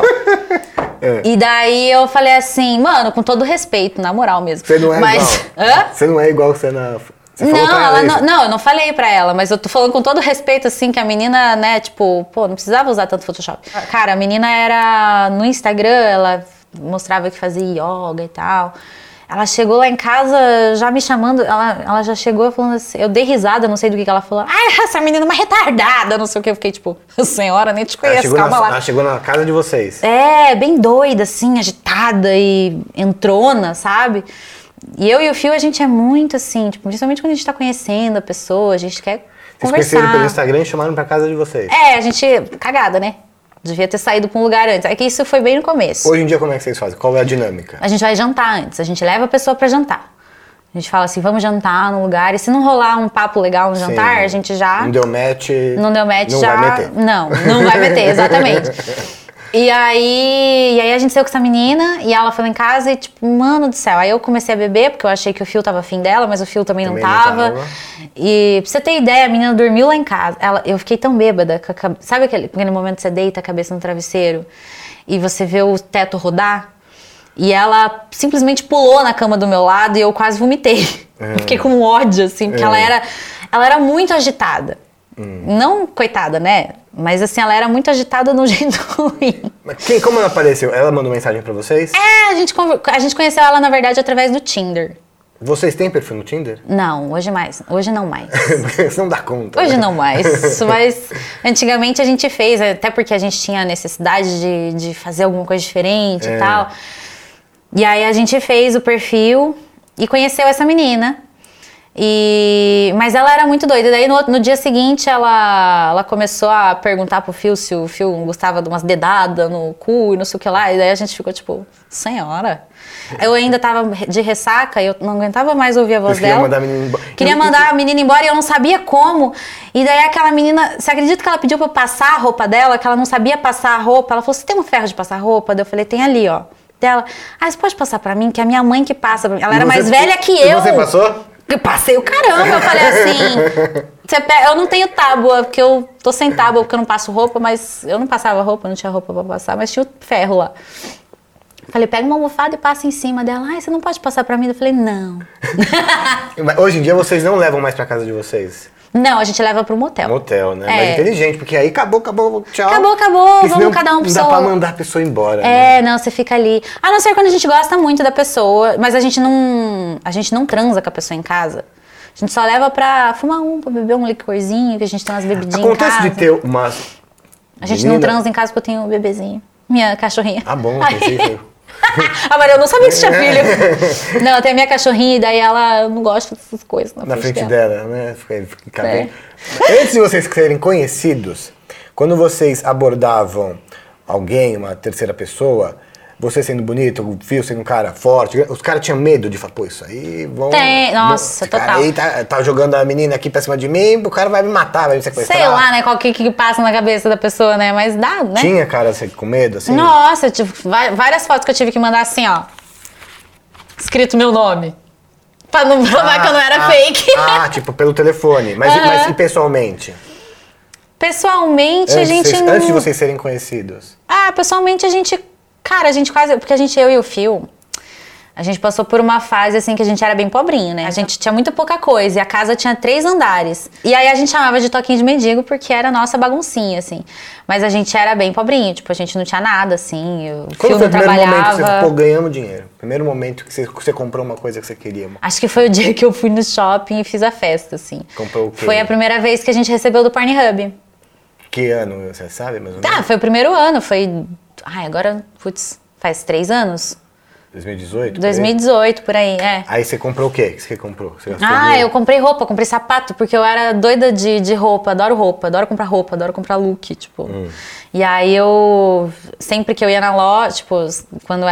E daí eu falei assim, mano, com todo respeito, na moral mesmo. Você não é igual. Você não é igual que você na... Não, eu não falei pra ela, mas eu tô falando com todo respeito, assim, que a menina, né, tipo, pô, não precisava usar tanto Photoshop. Cara, a menina era no Instagram, ela mostrava que fazia yoga e tal. Ela chegou lá em casa já me chamando, ela já chegou falando assim, eu dei risada, não sei do que ela falou. Ai, essa menina é uma retardada, não sei o que. Eu fiquei tipo, senhora, nem te conheço, calma lá. Ela chegou na casa de vocês. Bem doida, assim, agitada e entrona, sabe? E eu e o Fio, a gente é muito assim, tipo, principalmente quando a gente tá conhecendo a pessoa, a gente quer conversar. Vocês conheceram pelo Instagram e chamaram pra casa de vocês. A gente, cagada, né? Devia ter saído pra um lugar antes. É que isso foi bem no começo. Hoje em dia, como é que vocês fazem? Qual é a dinâmica? A gente vai jantar antes, a gente leva a pessoa pra jantar. A gente fala assim, vamos jantar num lugar, e se não rolar um papo legal no jantar, a gente já... Não deu match, não já... Vai meter. Não vai meter, exatamente. E aí a gente saiu com essa menina e ela foi lá em casa e tipo, mano do céu. Aí eu comecei a beber, porque eu achei que o Fio tava afim dela, mas o Fio também não tava. E pra você ter ideia, a menina dormiu lá em casa. Eu fiquei tão bêbada, sabe aquele momento que você deita a cabeça no travesseiro e você vê o teto rodar? E ela simplesmente pulou na cama do meu lado e eu quase vomitei. Eu fiquei com ódio, assim, porque ela era muito agitada. Não, coitada, né? Mas assim, ela era muito agitada de um jeito ruim. Mas como ela apareceu? Ela mandou mensagem pra vocês? A gente conheceu ela, na verdade, através do Tinder. Vocês têm perfil no Tinder? Não, hoje não mais. Você não dá conta. Hoje né? não mais. Mas antigamente a gente fez, até porque a gente tinha necessidade de fazer alguma coisa diferente e tal. E aí a gente fez o perfil e conheceu essa menina. Mas ela era muito doida. Daí no dia seguinte ela começou a perguntar pro Phil se o Phil gostava de umas dedadas no cu e não sei o que lá. E daí a gente ficou tipo, senhora. Eu ainda tava de ressaca e eu não aguentava mais ouvir a voz dela. Mandar a menina embora. Queria mandar a menina embora e eu não sabia como. E daí aquela menina, você acredita que ela pediu pra eu passar a roupa dela? Que ela não sabia passar a roupa. Ela falou, você tem um ferro de passar roupa? Daí eu falei, tem ali, ó. Dela, você pode passar pra mim? Que é a minha mãe que passa pra mim. Ela era mais velha que eu. E você passou? Eu passei o caramba. Eu falei assim, eu não tenho tábua, porque eu tô sem tábua, porque eu não passo roupa, mas eu não passava roupa, não tinha roupa pra passar, mas tinha o ferro lá. Falei, pega uma almofada e passa em cima dela. Você não pode passar pra mim? Eu falei, não. Mas hoje em dia vocês não levam mais pra casa de vocês? Não, a gente leva pro motel. Motel, né? Mas inteligente, porque aí acabou, tchau. Acabou, vamos cada um pro seu... Não dá pra mandar a pessoa embora, né? Não, você fica ali. A não ser quando a gente gosta muito da pessoa, mas a gente não transa com a pessoa em casa. A gente só leva pra fumar pra beber um licorzinho, que a gente tem umas bebidinhas em casa. Acontece de ter umas... A gente não transa em casa porque eu tenho um bebezinho. Minha cachorrinha. Ah, bom, pensei que... Mas eu não sabia que tinha filho. Não, tem a minha cachorrinha e daí ela não gosta dessas coisas na frente dela, né? Antes de vocês serem conhecidos, quando vocês abordavam alguém, uma terceira pessoa, você sendo bonito, o Phil sendo um cara forte, os caras tinham medo de falar, pô, isso aí vão... Nossa, total. Aí tá jogando a menina aqui pra cima de mim, o cara vai me matar, vai me sequestrar. Sei lá, né, qual que passa na cabeça da pessoa, né, mas dá, né? Tinha cara assim, com medo, assim? Nossa, tipo, várias fotos que eu tive que mandar assim, ó, escrito meu nome. Pra não provar que eu não era fake. Tipo, pelo telefone. Mas e pessoalmente? Pessoalmente, a gente não... Antes de vocês serem conhecidos? Pessoalmente a gente... Cara, a gente quase... Porque eu e o Phil, a gente passou por uma fase, assim, que a gente era bem pobrinho, né? A gente tinha muito pouca coisa e a casa tinha 3 andares. E aí a gente chamava de toquinho de mendigo porque era a nossa baguncinha, assim. Mas a gente era bem pobrinho, tipo, a gente não tinha nada, assim. O Phil não trabalhava. Qual foi o primeiro momento que você ficou ganhando dinheiro? Primeiro momento que você comprou uma coisa que você queria? Acho que foi o dia que eu fui no shopping e fiz a festa, assim. Comprou o quê? Foi a primeira vez que a gente recebeu do Pornhub. Que ano, você sabe, mais ou menos? Foi o primeiro ano, foi... agora, faz 3 anos. 2018? 2018, por aí, Aí você comprou o quê? O que você comprou? Você eu comprei roupa, comprei sapato, porque eu era doida de roupa, adoro roupa, adoro comprar look, tipo. E aí sempre que eu ia na loja, tipo, quando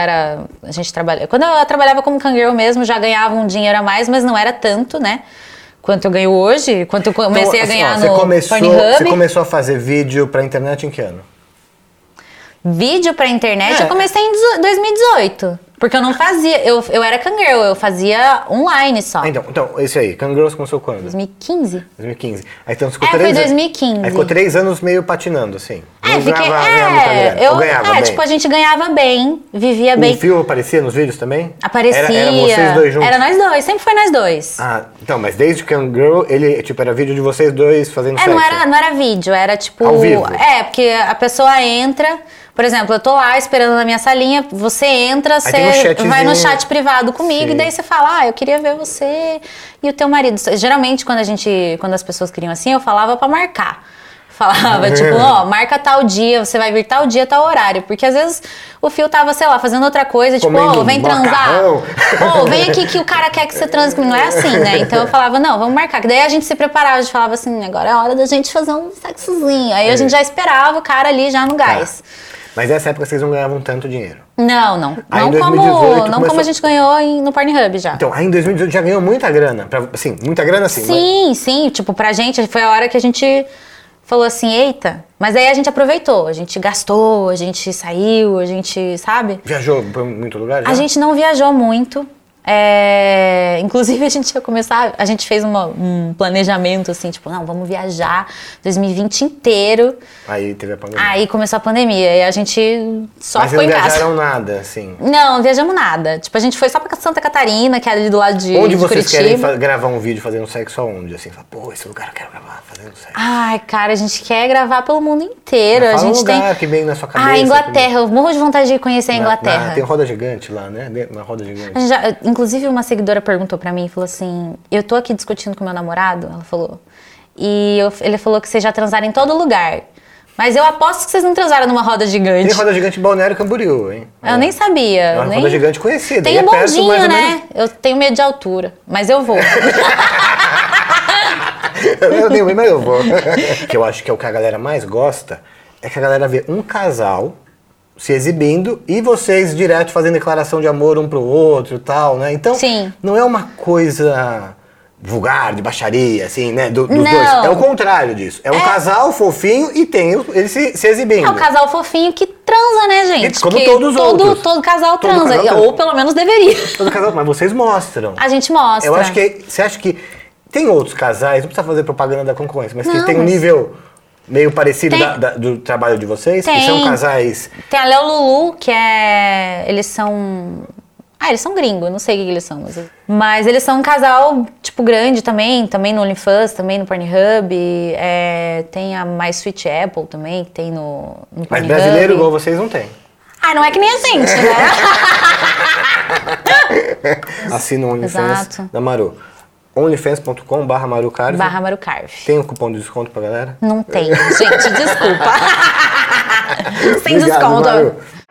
eu trabalhava como cangirl mesmo, já ganhava um dinheiro a mais, mas não era tanto, né? Quanto eu ganho hoje, quanto eu comecei a ganhar no Pornhub. Você começou a fazer vídeo pra internet em que ano? Vídeo pra internet eu comecei em 2018. Porque eu não fazia, eu era cangirl, eu fazia online só. Então, isso aí, cangirl você começou quando? 2015. 2015. Aí então você ficou 3 anos. Foi 2015. Aí ficou 3 anos meio patinando, assim. Bem. Tipo, a gente ganhava bem, vivia bem. O Phil aparecia nos vídeos também? Aparecia. Era vocês dois juntos? Era nós dois, sempre foi nós dois. Então, mas desde que Cangirl, ele, tipo, era vídeo de vocês dois fazendo sexo? Não era vídeo, era tipo... Ao vivo? Porque a pessoa entra... Por exemplo, eu tô lá esperando na minha salinha, você entra, você vai no chat privado comigo. Sim. E daí você fala, eu queria ver você e o teu marido. Geralmente, quando as pessoas queriam assim, eu falava pra marcar. Falava, tipo, marca tal dia, você vai vir tal dia, tal horário. Porque às vezes o Phil tava, sei lá, fazendo outra coisa, tipo, vem transar. Vem aqui que o cara quer que você transe comigo. Não é assim, né? Então eu falava, não, vamos marcar. Que daí a gente se preparava, a gente falava assim, agora é hora da gente fazer um sexozinho. Aí a gente já esperava o cara ali já no gás. Mas nessa época vocês não ganhavam tanto dinheiro? Não. Não como a gente ganhou no Pornhub já. Então, aí em 2018 já ganhou muita grana. Muita grana assim. Sim. Tipo, pra gente, foi a hora que a gente falou assim, eita. Mas aí a gente aproveitou. A gente gastou, a gente saiu, a gente, sabe? Viajou pra muito lugar já? A gente não viajou muito. Inclusive, a gente ia começar... A gente fez um planejamento, assim, tipo, não, vamos viajar 2020 inteiro. Aí teve a pandemia. Aí começou a pandemia e a gente só ficou em casa. Mas não viajaram nada, assim? Não viajamos nada. Tipo, a gente foi só pra Santa Catarina, que é ali do lado de Curitiba. Onde vocês querem gravar um vídeo fazendo sexo aonde? Assim, fala, pô, esse lugar eu quero gravar fazendo sexo. Ai, cara, a gente quer gravar pelo mundo inteiro. Fala a gente um lugar tem... que vem na sua cabeça. Inglaterra. Eu morro de vontade de conhecer a Inglaterra. Tem roda gigante lá, né? Na roda gigante. Inclusive, uma seguidora perguntou pra mim, falou assim, eu tô aqui discutindo com meu namorado, ela falou, e ele falou que vocês já transaram em todo lugar, mas eu aposto que vocês não transaram numa roda gigante. Tem roda gigante em Balneário Camboriú, hein? Eu nem sabia. É uma roda gigante conhecida. Tem um bondinho, né? Eu tenho medo de altura, mas eu vou. Mas eu vou. Que eu acho que é o que a galera mais gosta, é que a galera vê um casal se exibindo e vocês direto fazendo declaração de amor um pro outro e tal, né? Então, sim, não é uma coisa vulgar, de baixaria, assim, né? Dos não. dois. É o contrário disso. É um casal fofinho e tem eles se exibindo. É um casal fofinho que transa, né, gente? Como todos os outros. Todo casal transa, ou pelo menos deveria. Todo casal, mas vocês mostram. A gente mostra. Eu acho que... Você acha que tem outros casais, não precisa fazer propaganda da concorrência, mas que tem um nível... meio parecido do trabalho de vocês? Que são casais... Tem a Léo Lulu, que é... Eles são... eles são gringos, não sei o que eles são. Mas eles são um casal, tipo, grande também no OnlyFans, também no Pornhub. Tem a My Sweet Apple também, que tem no Pornhub. Mas brasileiro igual vocês não tem. Não é que nem a gente, né? Assina o OnlyFans da Maru. onlyfans.com/marucarve. /marucarve. Tem um cupom de desconto pra galera? Não tem, gente, desculpa. Sem Obrigado, desconto. Maru.